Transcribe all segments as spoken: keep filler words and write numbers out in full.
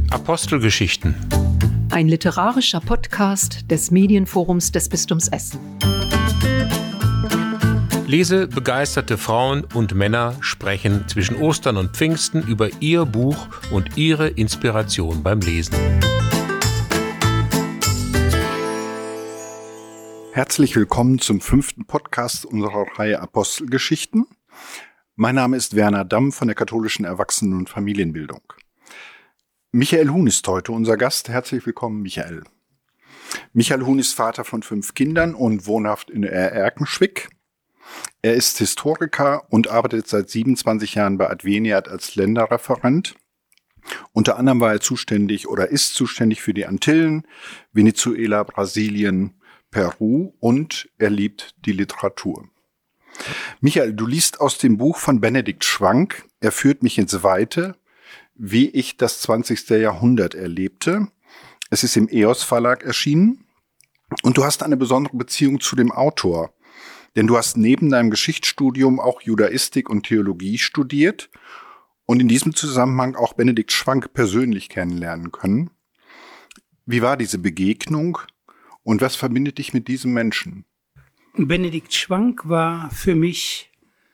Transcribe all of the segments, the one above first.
Apostelgeschichten. Ein literarischer Podcast des Medienforums des Bistums Essen. Lesebegeisterte Frauen und Männer sprechen zwischen Ostern und Pfingsten über ihr Buch und ihre Inspiration beim Lesen. Herzlich willkommen zum fünften Podcast unserer Reihe Apostelgeschichten. Mein Name ist Werner Damm von der Katholischen Erwachsenen- und Familienbildung. Michael Huhn ist heute unser Gast. Herzlich willkommen, Michael. Michael Huhn ist Vater von fünf Kindern und wohnhaft in Erkenschwick. Er ist Historiker und arbeitet seit siebenundzwanzig Jahren bei Adveniat als Länderreferent. Unter anderem war er zuständig oder ist zuständig für die Antillen, Venezuela, Brasilien, Peru und er liebt die Literatur. Michael, du liest aus dem Buch von Benedikt Schwank, Er führt mich ins Weite, wie ich das zwanzigste Jahrhundert erlebte. Es ist im E O S Verlag erschienen und du hast eine besondere Beziehung zu dem Autor. Denn du hast neben deinem Geschichtsstudium auch Judaistik und Theologie studiert und in diesem Zusammenhang auch Benedikt Schwank persönlich kennenlernen können. Wie war diese Begegnung und was verbindet dich mit diesem Menschen? Benedikt Schwank war für mich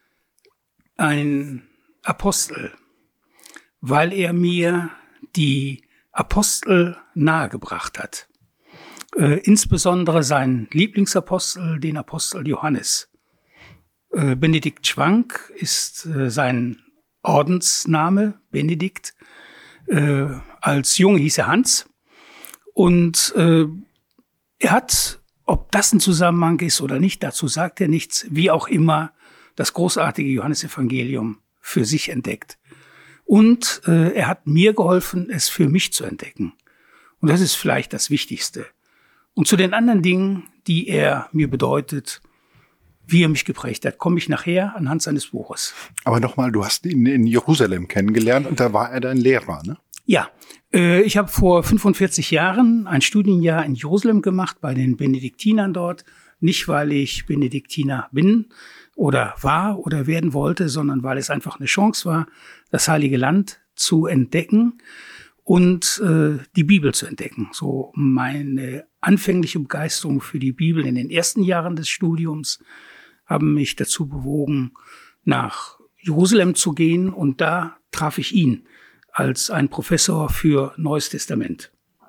ein Apostel, weil er mir die Apostel nahegebracht hat. Äh, insbesondere seinen Lieblingsapostel, den Apostel Johannes. Äh, Benedikt Schwank ist äh, sein Ordensname, Benedikt. Äh, als Junge hieß er Hans. Und äh, er hat, ob das ein Zusammenhang ist oder nicht, dazu sagt er nichts, wie auch immer, das großartige Johannesevangelium für sich entdeckt. Und äh, er hat mir geholfen, es für mich zu entdecken. Und das ist vielleicht das Wichtigste. Und zu den anderen Dingen, die er mir bedeutet, wie er mich geprägt hat, komme ich nachher anhand seines Buches. Aber nochmal, du hast ihn in Jerusalem kennengelernt und da war er dein Lehrer, ne? Ja, äh, ich habe vor fünfundvierzig Jahren ein Studienjahr in Jerusalem gemacht, bei den Benediktinern dort. Nicht, weil ich Benediktiner bin oder war oder werden wollte, sondern weil es einfach eine Chance war, das Heilige Land zu entdecken und äh, die Bibel zu entdecken. So meine anfängliche Begeisterung für die Bibel in den ersten Jahren des Studiums haben mich dazu bewogen, nach Jerusalem zu gehen. Und da traf ich ihn als ein Professor für Neues Testament.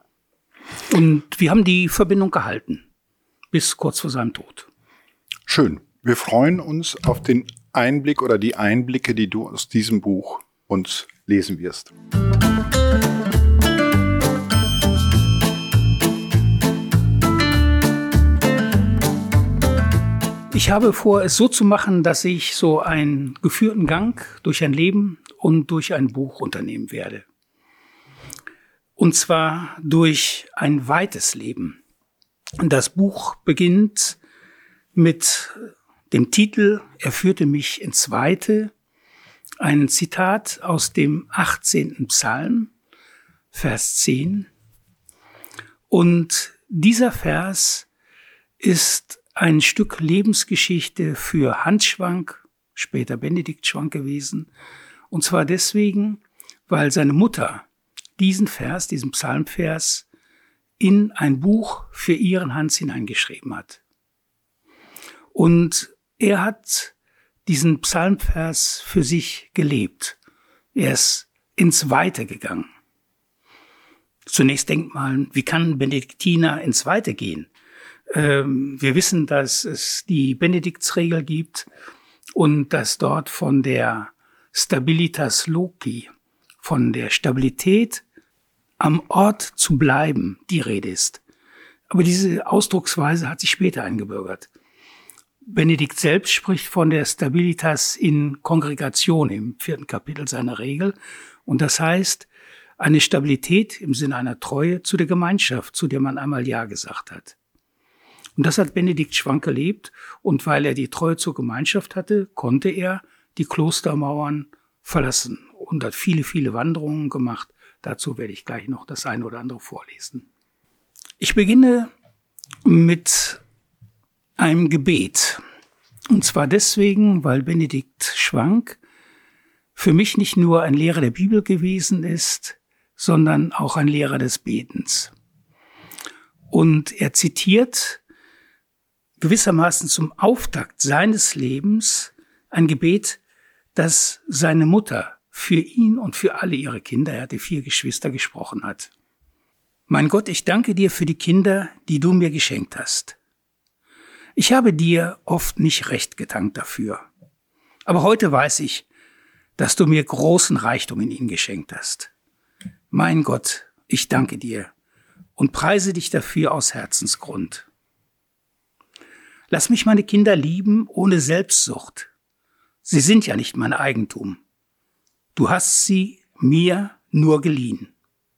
Und wir haben die Verbindung gehalten, bis kurz vor seinem Tod. Schön. Wir freuen uns auf den Einblick oder die Einblicke, die du aus diesem Buch uns lesen wirst. Ich habe vor, es so zu machen, dass ich so einen geführten Gang durch ein Leben und durch ein Buch unternehmen werde. Und zwar durch ein weites Leben. Das Buch beginnt mit dem Titel Er führte mich ins Weite, ein Zitat aus dem achtzehnten Psalm, Vers zehn. Und dieser Vers ist ein Stück Lebensgeschichte für Hans Schwank, später Benedikt Schwank gewesen. Und zwar deswegen, weil seine Mutter diesen Vers, diesen Psalmvers, in ein Buch für ihren Hans hineingeschrieben hat. Und er hat diesen Psalmvers für sich gelebt. Er ist ins Weite gegangen. Zunächst denkt man, wie kann ein Benediktiner ins Weite gehen? Ähm, wir wissen, dass es die Benediktsregel gibt und dass dort von der Stabilitas Loci, von der Stabilität am Ort zu bleiben, die Rede ist. Aber diese Ausdrucksweise hat sich später eingebürgert. Benedikt selbst spricht von der Stabilitas in Kongregation im vierten Kapitel seiner Regel. Und das heißt, eine Stabilität im Sinne einer Treue zu der Gemeinschaft, zu der man einmal Ja gesagt hat. Und das hat Benedikt Schwank gelebt. Und weil er die Treue zur Gemeinschaft hatte, konnte er die Klostermauern verlassen und hat viele, viele Wanderungen gemacht. Dazu werde ich gleich noch das eine oder andere vorlesen. Ich beginne mit einem Gebet. Und zwar deswegen, weil Benedikt Schwank für mich nicht nur ein Lehrer der Bibel gewesen ist, sondern auch ein Lehrer des Betens. Und er zitiert gewissermaßen zum Auftakt seines Lebens ein Gebet, das seine Mutter für ihn und für alle ihre Kinder, er hatte vier Geschwister, gesprochen hat. Mein Gott, ich danke dir für die Kinder, die du mir geschenkt hast. Ich habe dir oft nicht recht gedankt dafür. Aber heute weiß ich, dass du mir großen Reichtum in ihnen geschenkt hast. Mein Gott, ich danke dir und preise dich dafür aus Herzensgrund. Lass mich meine Kinder lieben ohne Selbstsucht. Sie sind ja nicht mein Eigentum. Du hast sie mir nur geliehen.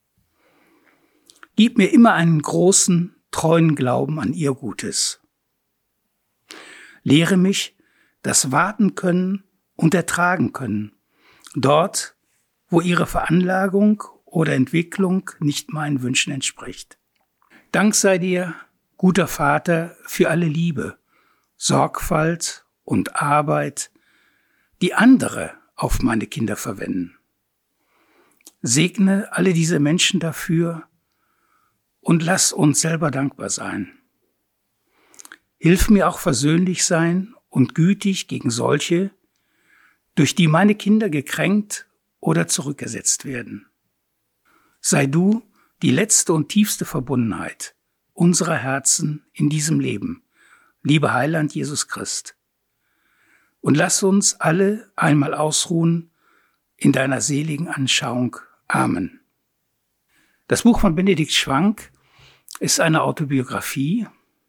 Gib mir immer einen großen, treuen Glauben an ihr Gutes. Lehre mich das Warten können und ertragen können, dort, wo ihre Veranlagung oder Entwicklung nicht meinen Wünschen entspricht. Dank sei dir, guter Vater, für alle Liebe, Sorgfalt und Arbeit, die andere auf meine Kinder verwenden. Segne alle diese Menschen dafür und lass uns selber dankbar sein. Hilf mir auch versöhnlich sein und gütig gegen solche, durch die meine Kinder gekränkt oder zurückgesetzt werden. Sei du die letzte und tiefste Verbundenheit unserer Herzen in diesem Leben, lieber Heiland Jesus Christ. Und lass uns alle einmal ausruhen in deiner seligen Anschauung. Amen. Das Buch von Benedikt Schwank ist eine Autobiografie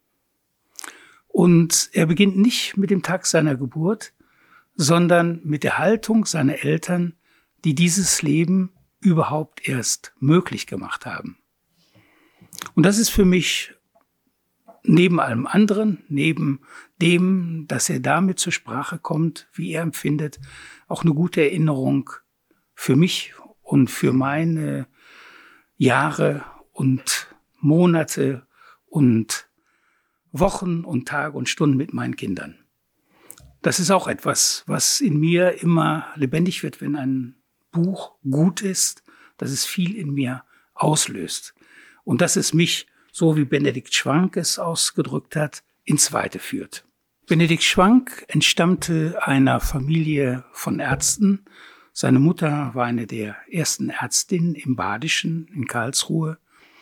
und er beginnt nicht mit dem Tag seiner Geburt, sondern mit der Haltung seiner Eltern, die dieses Leben überhaupt erst möglich gemacht haben. Und das ist für mich neben allem anderen, neben dem, dass er damit zur Sprache kommt, wie er empfindet, auch eine gute Erinnerung für mich und für meine Jahre und Monate und Wochen und Tage und Stunden mit meinen Kindern. Das ist auch etwas, was in mir immer lebendig wird, wenn ein Buch gut ist, dass es viel in mir auslöst. Und dass es mich, so wie Benedikt Schwank es ausgedrückt hat, ins Weite führt. Benedikt Schwank entstammte einer Familie von Ärzten. Seine Mutter war eine der ersten Ärztinnen im Badischen in Karlsruhe.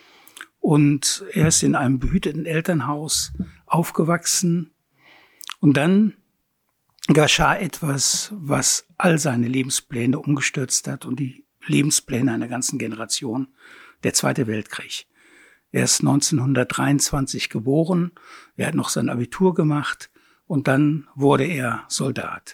Und er ist in einem behüteten Elternhaus aufgewachsen. Und dann geschah etwas, was all seine Lebenspläne umgestürzt hat und die Lebenspläne einer ganzen Generation, der Zweite Weltkrieg. Er ist neunzehnhundertdreiundzwanzig geboren, er hat noch sein Abitur gemacht und dann wurde er Soldat.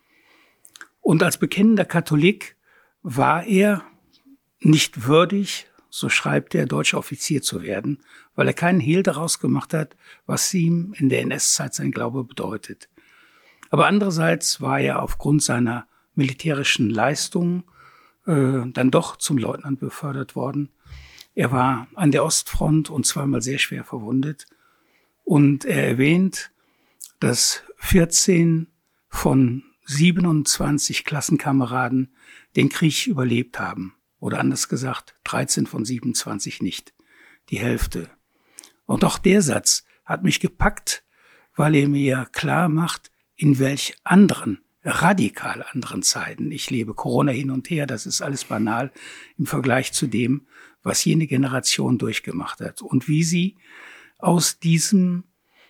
Und als bekennender Katholik war er nicht würdig, so schreibt er, deutscher Offizier zu werden, weil er keinen Hehl daraus gemacht hat, was ihm in der N S-Zeit sein Glaube bedeutet. Aber andererseits war er aufgrund seiner militärischen Leistungen äh, dann doch zum Leutnant befördert worden. Er war an der Ostfront und zweimal sehr schwer verwundet. Und er erwähnt, dass vierzehn von siebenundzwanzig Klassenkameraden den Krieg überlebt haben. Oder anders gesagt, dreizehn von siebenundzwanzig nicht. Die Hälfte. Und auch der Satz hat mich gepackt, weil er mir klar macht, in welch anderen, radikal anderen Zeiten ich lebe. Corona hin und her, das ist alles banal im Vergleich zu dem, was jene Generation durchgemacht hat. Und wie sie aus diesem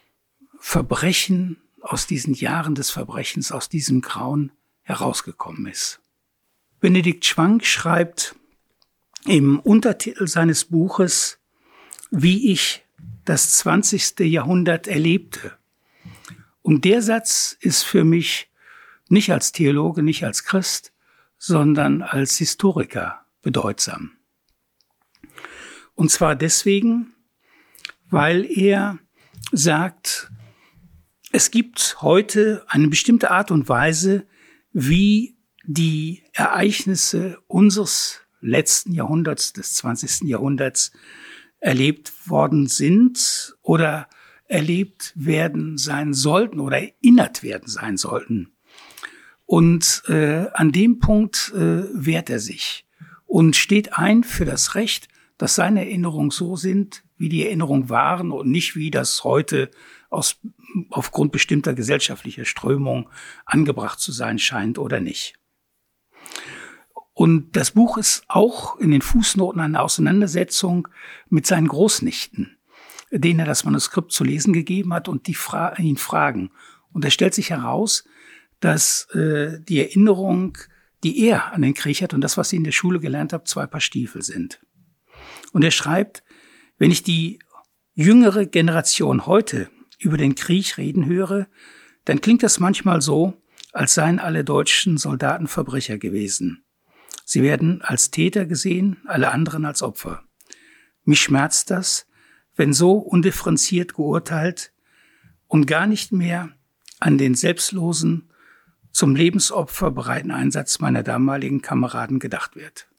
Verbrechen, aus diesen Jahren des Verbrechens, aus diesem Grauen herausgekommen ist. Benedikt Schwank schreibt im Untertitel seines Buches, wie ich das zwanzigste Jahrhundert erlebte. Und der Satz ist für mich nicht als Theologe, nicht als Christ, sondern als Historiker bedeutsam. Und zwar deswegen, weil er sagt, es gibt heute eine bestimmte Art und Weise, wie die Ereignisse unseres letzten Jahrhunderts, des zwanzigsten Jahrhunderts, erlebt worden sind oder erlebt werden sein sollten oder erinnert werden sein sollten. Und äh, an dem Punkt äh, wehrt er sich und steht ein für das Recht, dass seine Erinnerungen so sind, wie die Erinnerungen waren und nicht wie das heute aus, aufgrund bestimmter gesellschaftlicher Strömungen angebracht zu sein scheint oder nicht. Und das Buch ist auch in den Fußnoten eine Auseinandersetzung mit seinen Großnichten, denen er das Manuskript zu lesen gegeben hat und die fra- ihn fragen. Und es stellt sich heraus, dass äh, die Erinnerung, die er an den Krieg hat und das, was sie in der Schule gelernt hat, zwei Paar Stiefel sind. Und er schreibt, wenn ich die jüngere Generation heute über den Krieg reden höre, dann klingt das manchmal so, als seien alle deutschen Soldaten Verbrecher gewesen. Sie werden als Täter gesehen, alle anderen als Opfer. Mich schmerzt das, wenn so undifferenziert geurteilt und gar nicht mehr an den selbstlosen, zum Lebensopfer bereiten Einsatz meiner damaligen Kameraden gedacht wird.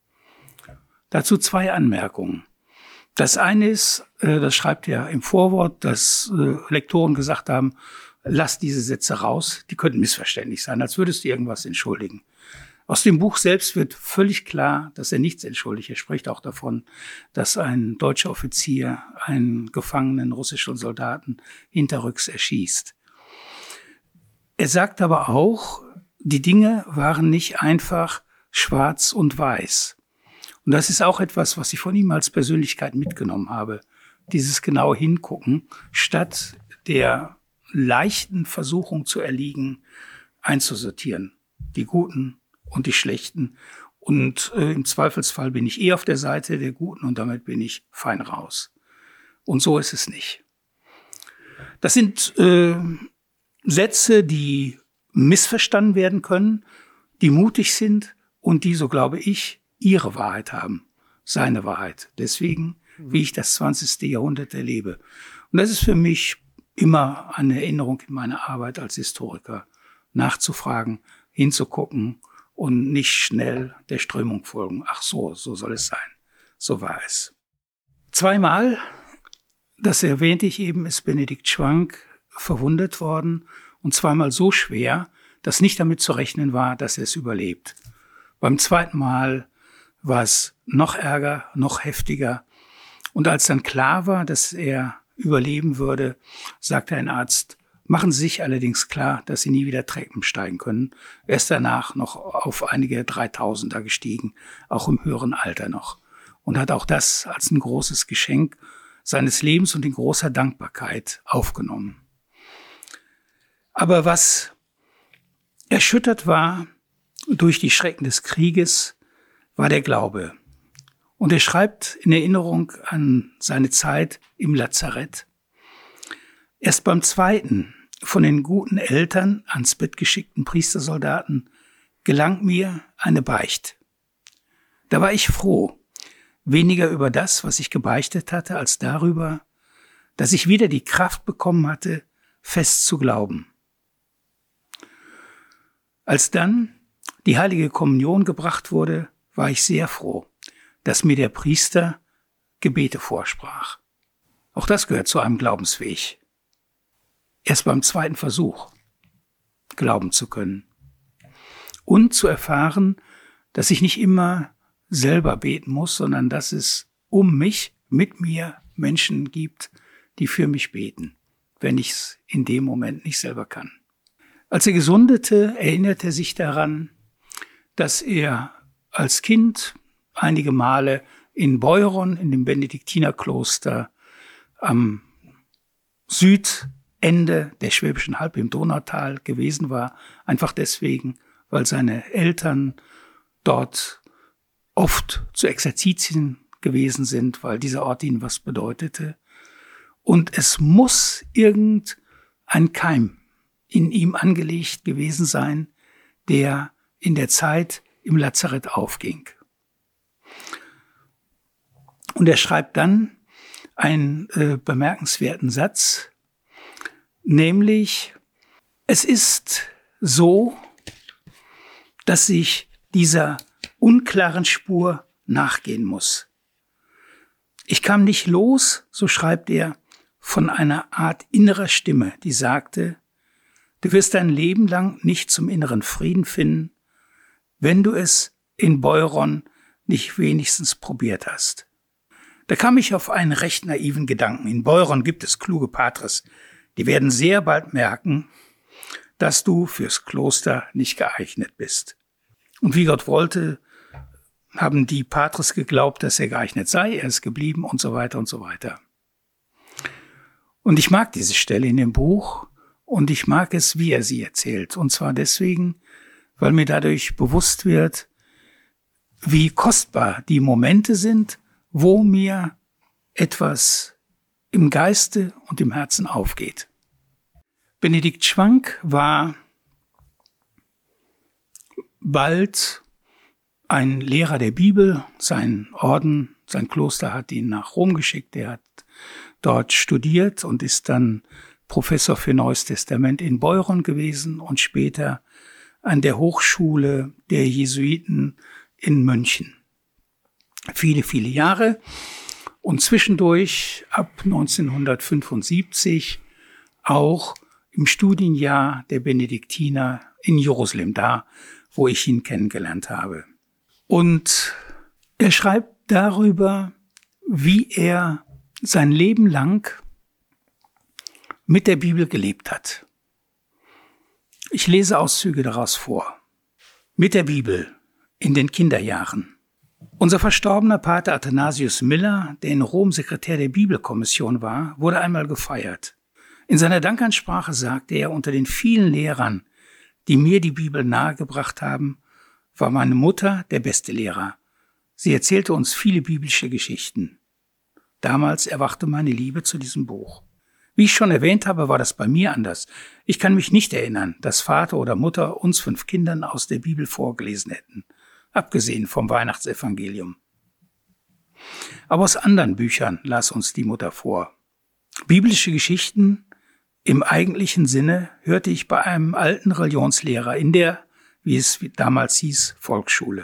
Dazu zwei Anmerkungen. Das eine ist, äh, das schreibt er im Vorwort, dass äh, Lektoren gesagt haben, lass diese Sätze raus, die könnten missverständlich sein, als würdest du irgendwas entschuldigen. Aus dem Buch selbst wird völlig klar, dass er nichts entschuldigt. Er spricht auch davon, dass ein deutscher Offizier einen gefangenen russischen Soldaten hinterrücks erschießt. Er sagt aber auch, die Dinge waren nicht einfach schwarz und weiß. Und das ist auch etwas, was ich von ihm als Persönlichkeit mitgenommen habe. Dieses genaue Hingucken, statt der leichten Versuchung zu erliegen, einzusortieren. Die Guten und die Schlechten. Und äh, im Zweifelsfall bin ich eh auf der Seite der Guten und damit bin ich fein raus. Und so ist es nicht. Das sind äh, Sätze, die missverstanden werden können, die mutig sind und die, so glaube ich, ihre Wahrheit haben. Seine Wahrheit. Deswegen, wie ich das zwanzigste Jahrhundert erlebe. Und das ist für mich immer eine Erinnerung in meiner Arbeit als Historiker. Nachzufragen, hinzugucken und nicht schnell der Strömung folgen. Ach so, so soll es sein. So war es. Zweimal, das erwähnte ich eben, ist Benedikt Schwank verwundet worden und zweimal so schwer, dass nicht damit zu rechnen war, dass er es überlebt. Beim zweiten Mal war es noch ärger, noch heftiger. Und als dann klar war, dass er überleben würde, sagte ein Arzt, machen Sie sich allerdings klar, dass Sie nie wieder Treppen steigen können. Er ist danach noch auf einige Dreitausender gestiegen, auch im höheren Alter noch. Und hat auch das als ein großes Geschenk seines Lebens und in großer Dankbarkeit aufgenommen. Aber was erschüttert war durch die Schrecken des Krieges, war der Glaube. Und er schreibt in Erinnerung an seine Zeit im Lazarett: Erst beim zweiten von den guten Eltern ans Bett geschickten Priestersoldaten gelang mir eine Beicht. Da war ich froh, weniger über das, was ich gebeichtet hatte, als darüber, dass ich wieder die Kraft bekommen hatte, fest zu glauben. Als dann die heilige Kommunion gebracht wurde, war ich sehr froh, dass mir der Priester Gebete vorsprach. Auch das gehört zu einem Glaubensweg. Erst beim zweiten Versuch glauben zu können. Und zu erfahren, dass ich nicht immer selber beten muss, sondern dass es um mich, mit mir Menschen gibt, die für mich beten, wenn ich es in dem Moment nicht selber kann. Als er gesundete, erinnert er sich daran, dass er als Kind einige Male in Beuron, in dem Benediktinerkloster am Südende der Schwäbischen Alb im Donautal gewesen war, einfach deswegen, weil seine Eltern dort oft zu Exerzitien gewesen sind, weil dieser Ort ihnen was bedeutete. Und es muss irgendein Keim in ihm angelegt gewesen sein, der in der Zeit im Lazarett aufging. Und er schreibt dann einen äh, bemerkenswerten Satz, nämlich: Es ist so, dass ich dieser unklaren Spur nachgehen muss. Ich kam nicht los, so schreibt er, von einer Art innerer Stimme, die sagte: Du wirst dein Leben lang nicht zum inneren Frieden finden, wenn du es in Beuron nicht wenigstens probiert hast. Da kam ich auf einen recht naiven Gedanken. In Beuron gibt es kluge Patres, die werden sehr bald merken, dass du fürs Kloster nicht geeignet bist. Und wie Gott wollte, haben die Patres geglaubt, dass er geeignet sei, er ist geblieben und so weiter und so weiter. Und ich mag diese Stelle in dem Buch und ich mag es, wie er sie erzählt. Und zwar deswegen, weil mir dadurch bewusst wird, wie kostbar die Momente sind, wo mir etwas im Geiste und im Herzen aufgeht. Benedikt Schwank war bald ein Lehrer der Bibel. Sein Orden, sein Kloster hat ihn nach Rom geschickt. Er hat dort studiert und ist dann Professor für Neues Testament in Beuron gewesen und später an der Hochschule der Jesuiten in München. Viele, viele Jahre und zwischendurch ab neunzehnhundertfünfundsiebzig auch im Studienjahr der Benediktiner in Jerusalem, da, wo ich ihn kennengelernt habe. Und er schreibt darüber, wie er sein Leben lang mit der Bibel gelebt hat. Ich lese Auszüge daraus vor. Mit der Bibel in den Kinderjahren. Unser verstorbener Pater Athanasius Miller, der in Rom Sekretär der Bibelkommission war, wurde einmal gefeiert. In seiner Dankansprache sagte er, unter den vielen Lehrern, die mir die Bibel nahegebracht haben, war meine Mutter der beste Lehrer. Sie erzählte uns viele biblische Geschichten. Damals erwachte meine Liebe zu diesem Buch. Wie ich schon erwähnt habe, war das bei mir anders. Ich kann mich nicht erinnern, dass Vater oder Mutter uns fünf Kindern aus der Bibel vorgelesen hätten, abgesehen vom Weihnachtsevangelium. Aber aus anderen Büchern las uns die Mutter vor. Biblische Geschichten im eigentlichen Sinne hörte ich bei einem alten Religionslehrer in der, wie es damals hieß, Volksschule.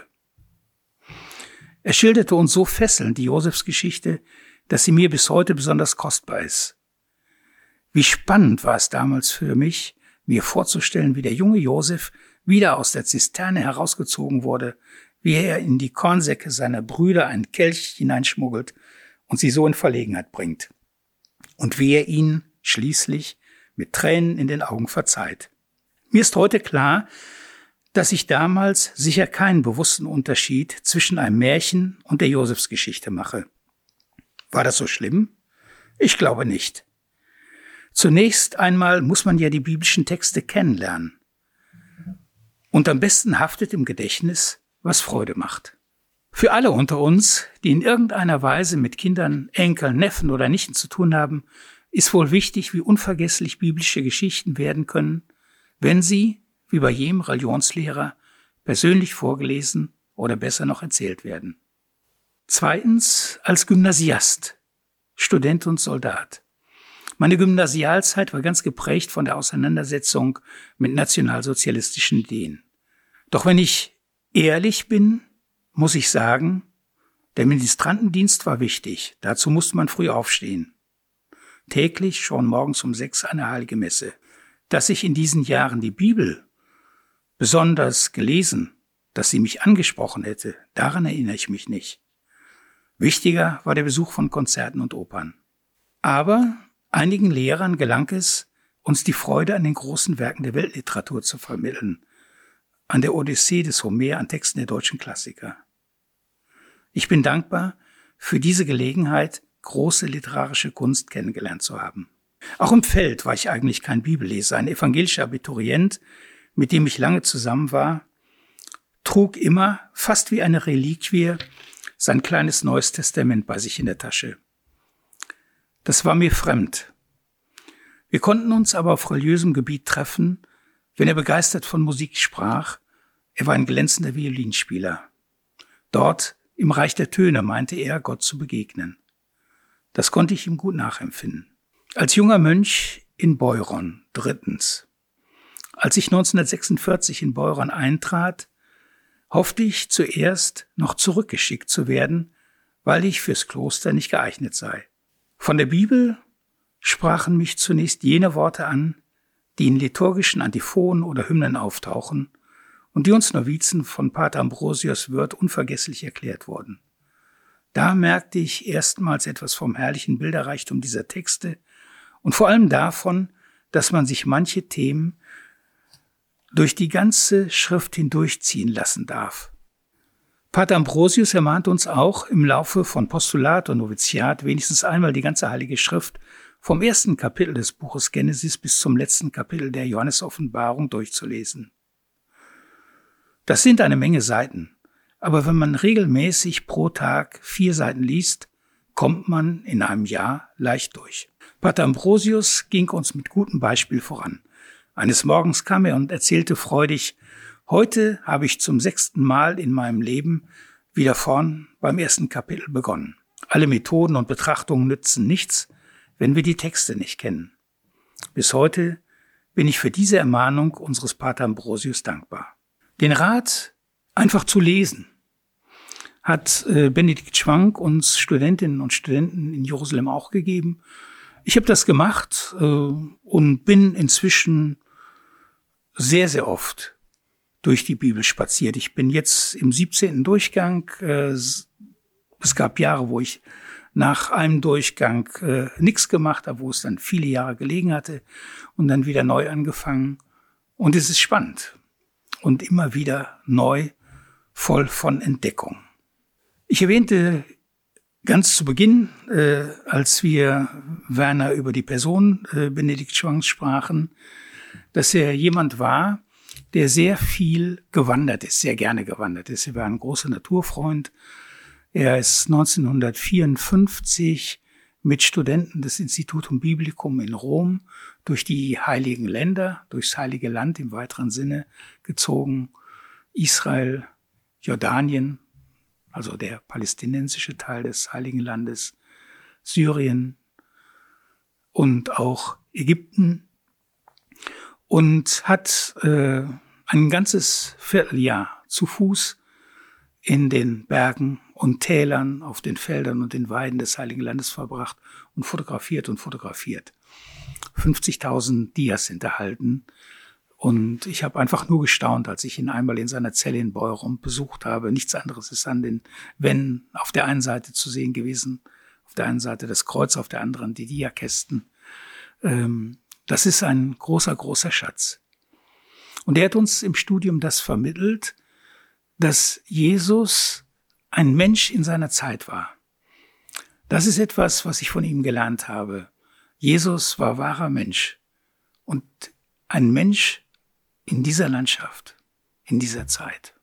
Er schilderte uns so fesselnd die Josefsgeschichte, dass sie mir bis heute besonders kostbar ist. Wie spannend war es damals für mich, mir vorzustellen, wie der junge Josef wieder aus der Zisterne herausgezogen wurde, wie er in die Kornsäcke seiner Brüder einen Kelch hineinschmuggelt und sie so in Verlegenheit bringt. Und wie er ihnen schließlich mit Tränen in den Augen verzeiht. Mir ist heute klar, dass ich damals sicher keinen bewussten Unterschied zwischen einem Märchen und der Josefsgeschichte mache. War das so schlimm? Ich glaube nicht. Zunächst einmal muss man ja die biblischen Texte kennenlernen. Und am besten haftet im Gedächtnis, was Freude macht. Für alle unter uns, die in irgendeiner Weise mit Kindern, Enkeln, Neffen oder Nichten zu tun haben, ist wohl wichtig, wie unvergesslich biblische Geschichten werden können, wenn sie, wie bei jedem Religionslehrer, persönlich vorgelesen oder besser noch erzählt werden. Zweitens, als Gymnasiast, Student und Soldat. Meine Gymnasialzeit war ganz geprägt von der Auseinandersetzung mit nationalsozialistischen Ideen. Doch wenn ich ehrlich bin, muss ich sagen, der Ministrantendienst war wichtig. Dazu musste man früh aufstehen. Täglich, schon morgens um sechs, eine heilige Messe. Dass ich in diesen Jahren die Bibel besonders gelesen, dass sie mich angesprochen hätte, daran erinnere ich mich nicht. Wichtiger war der Besuch von Konzerten und Opern. Aber einigen Lehrern gelang es, uns die Freude an den großen Werken der Weltliteratur zu vermitteln, an der Odyssee des Homer, an Texten der deutschen Klassiker. Ich bin dankbar für diese Gelegenheit, große literarische Kunst kennengelernt zu haben. Auch im Feld war ich eigentlich kein Bibelleser. Ein evangelischer Abiturient, mit dem ich lange zusammen war, trug immer, fast wie eine Reliquie, sein kleines Neues Testament bei sich in der Tasche. Das war mir fremd. Wir konnten uns aber auf religiösem Gebiet treffen, wenn er begeistert von Musik sprach. Er war ein glänzender Violinspieler. Dort, im Reich der Töne, meinte er, Gott zu begegnen. Das konnte ich ihm gut nachempfinden. Als junger Mönch in Beuron, drittens. Als ich neunzehnhundertsechsundvierzig in Beuron eintrat, hoffte ich zuerst noch zurückgeschickt zu werden, weil ich fürs Kloster nicht geeignet sei. Von der Bibel sprachen mich zunächst jene Worte an, die in liturgischen Antiphonen oder Hymnen auftauchen und die uns Novizen von Pater Ambrosius Wirth unvergesslich erklärt wurden. Da merkte ich erstmals etwas vom herrlichen Bilderreichtum dieser Texte und vor allem davon, dass man sich manche Themen durch die ganze Schrift hindurchziehen lassen darf. Pater Ambrosius ermahnt uns auch, im Laufe von Postulat und Noviziat wenigstens einmal die ganze Heilige Schrift vom ersten Kapitel des Buches Genesis bis zum letzten Kapitel der Johannes-Offenbarung durchzulesen. Das sind eine Menge Seiten, aber wenn man regelmäßig pro Tag vier Seiten liest, kommt man in einem Jahr leicht durch. Pater Ambrosius ging uns mit gutem Beispiel voran. Eines Morgens kam er und erzählte freudig: Heute habe ich zum sechsten Mal in meinem Leben wieder vorn beim ersten Kapitel begonnen. Alle Methoden und Betrachtungen nützen nichts, wenn wir die Texte nicht kennen. Bis heute bin ich für diese Ermahnung unseres Pater Ambrosius dankbar. Den Rat, einfach zu lesen, hat äh, Benedikt Schwank uns Studentinnen und Studenten in Jerusalem auch gegeben. Ich habe das gemacht äh, und bin inzwischen sehr, sehr oft durch die Bibel spaziert. Ich bin jetzt im siebzehnten Durchgang. Äh, es gab Jahre, wo ich nach einem Durchgang äh, nichts gemacht habe, wo es dann viele Jahre gelegen hatte und dann wieder neu angefangen. Und es ist spannend und immer wieder neu, voll von Entdeckung. Ich erwähnte ganz zu Beginn, äh, als wir, Werner, über die Person äh, Benedikt Schwanks sprachen, dass er jemand war, der sehr viel gewandert ist, sehr gerne gewandert ist. Er war ein großer Naturfreund. Er ist neunzehnhundertvierundfünfzig mit Studenten des Institutum Biblicum in Rom durch die Heiligen Länder, durchs Heilige Land im weiteren Sinne gezogen. Israel, Jordanien, also der palästinensische Teil des Heiligen Landes, Syrien und auch Ägypten. Und hat äh, ein ganzes Vierteljahr zu Fuß in den Bergen und Tälern, auf den Feldern und den Weiden des Heiligen Landes verbracht und fotografiert und fotografiert. fünfzigtausend Dias sind erhalten. Und ich habe einfach nur gestaunt, als ich ihn einmal in seiner Zelle in Beurum besucht habe. Nichts anderes ist an den Wänden auf der einen Seite zu sehen gewesen, auf der einen Seite das Kreuz, auf der anderen die Diakästen. Ähm, Das ist ein großer, großer Schatz. Und er hat uns im Studium das vermittelt, dass Jesus ein Mensch in seiner Zeit war. Das ist etwas, was ich von ihm gelernt habe. Jesus war wahrer Mensch und ein Mensch in dieser Landschaft, in dieser Zeit.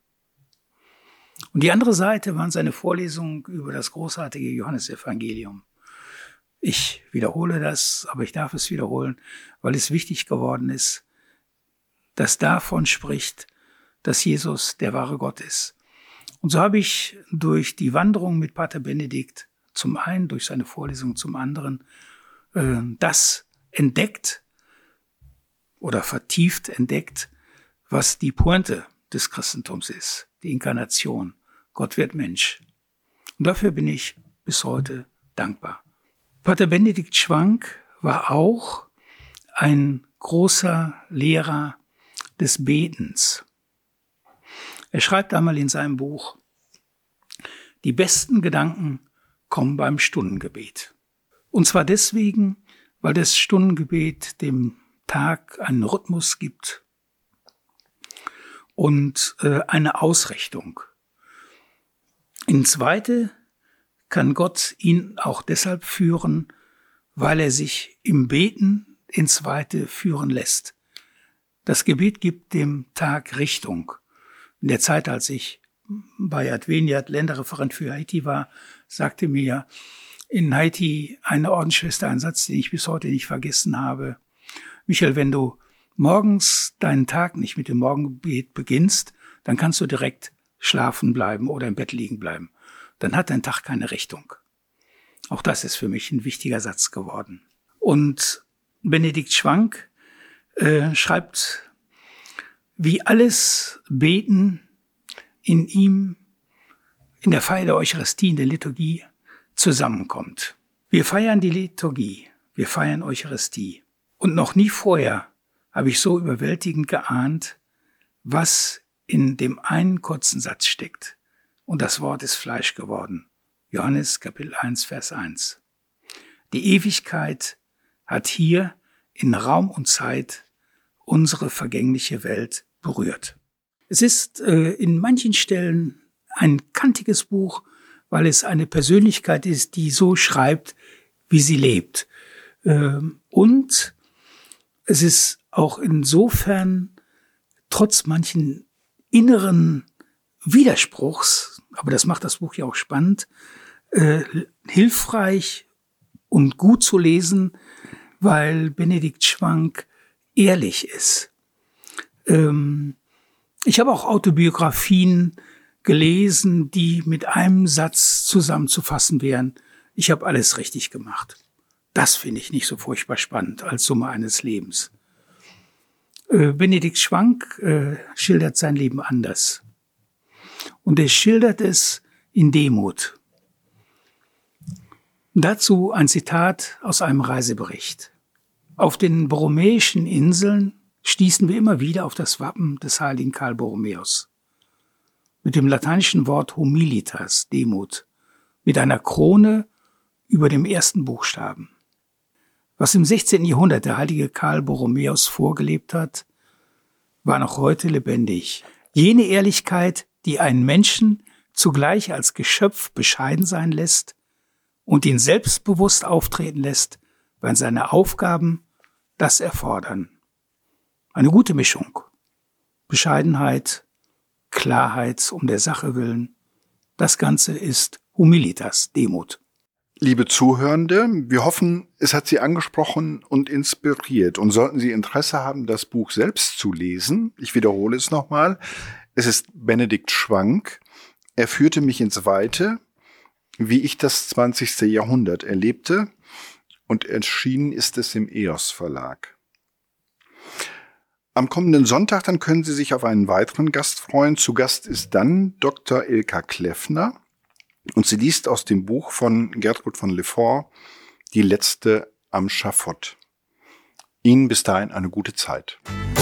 Und die andere Seite waren seine Vorlesungen über das großartige Johannesevangelium. Ich wiederhole das, aber ich darf es wiederholen, weil es wichtig geworden ist, dass davon spricht, dass Jesus der wahre Gott ist. Und so habe ich durch die Wanderung mit Pater Benedikt, zum einen durch seine Vorlesung, zum anderen, äh, das entdeckt oder vertieft entdeckt, was die Pointe des Christentums ist, die Inkarnation. Gott wird Mensch. Und dafür bin ich bis heute dankbar. Pater Benedikt Schwank war auch ein großer Lehrer des Betens. Er schreibt einmal in seinem Buch: Die besten Gedanken kommen beim Stundengebet. Und zwar deswegen, weil das Stundengebet dem Tag einen Rhythmus gibt und äh, eine Ausrichtung. Ins Zweite kann Gott ihn auch deshalb führen, weil er sich im Beten ins Weite führen lässt. Das Gebet gibt dem Tag Richtung. In der Zeit, als ich bei Adveniat Länderreferent für Haiti war, sagte mir in Haiti eine Ordensschwester einen Satz, den ich bis heute nicht vergessen habe. Michael, wenn du morgens deinen Tag nicht mit dem Morgengebet beginnst, dann kannst du direkt schlafen bleiben oder im Bett liegen bleiben. Dann hat dein Tag keine Richtung. Auch das ist für mich ein wichtiger Satz geworden. Und Benedikt Schwank äh, schreibt, wie alles Beten in ihm, in der Feier der Eucharistie, in der Liturgie zusammenkommt. Wir feiern die Liturgie, wir feiern Und noch nie vorher habe ich so überwältigend geahnt, was in dem einen kurzen Satz steckt. Und das Wort ist Fleisch geworden. Johannes Kapitel eins, Vers eins. Die Ewigkeit hat hier in Raum und Zeit unsere vergängliche Welt berührt. Es ist äh, in manchen Stellen ein kantiges Buch, weil es eine Persönlichkeit ist, die so schreibt, wie sie lebt. Ähm, und es ist auch insofern, trotz manchen inneren Widerspruchs, aber das macht das Buch ja auch spannend, äh, hilfreich und gut zu lesen, weil Benedikt Schwank ehrlich ist. Ähm, ich habe auch Autobiografien gelesen, die mit einem Satz zusammenzufassen wären: Ich habe alles richtig gemacht. Das finde ich nicht so furchtbar spannend als Summe eines Lebens. Äh, Benedikt Schwank äh, schildert sein Leben anders. Und er schildert es in Demut. Dazu ein Zitat aus einem Reisebericht. Auf den Borromäischen Inseln stießen wir immer wieder auf das Wappen des heiligen Karl Borromäus. Mit dem lateinischen Wort humilitas, Demut, mit einer Krone über dem ersten Buchstaben. Was im sechzehnten Jahrhundert der heilige Karl Borromäus vorgelebt hat, war noch heute lebendig. Jene Ehrlichkeit, die einen Menschen zugleich als Geschöpf bescheiden sein lässt und ihn selbstbewusst auftreten lässt, wenn seine Aufgaben das erfordern. Eine gute Mischung. Bescheidenheit, Klarheit um der Sache willen. Das Ganze ist Humilitas, Demut. Liebe Zuhörende, wir hoffen, es hat Sie angesprochen und inspiriert. Und sollten Sie Interesse haben, das Buch selbst zu lesen, ich wiederhole es nochmal, es ist Benedikt Schwank. Er führte mich ins Weite, wie ich das zwanzigste Jahrhundert erlebte, und erschienen ist es im E O S Verlag. Am kommenden Sonntag dann können Sie sich auf einen weiteren Gast freuen. Zu Gast ist dann Doktor Ilka Kleffner. Und sie liest aus dem Buch von Gertrud von Lefort, Die Letzte am Schafott. Ihnen bis dahin eine gute Zeit.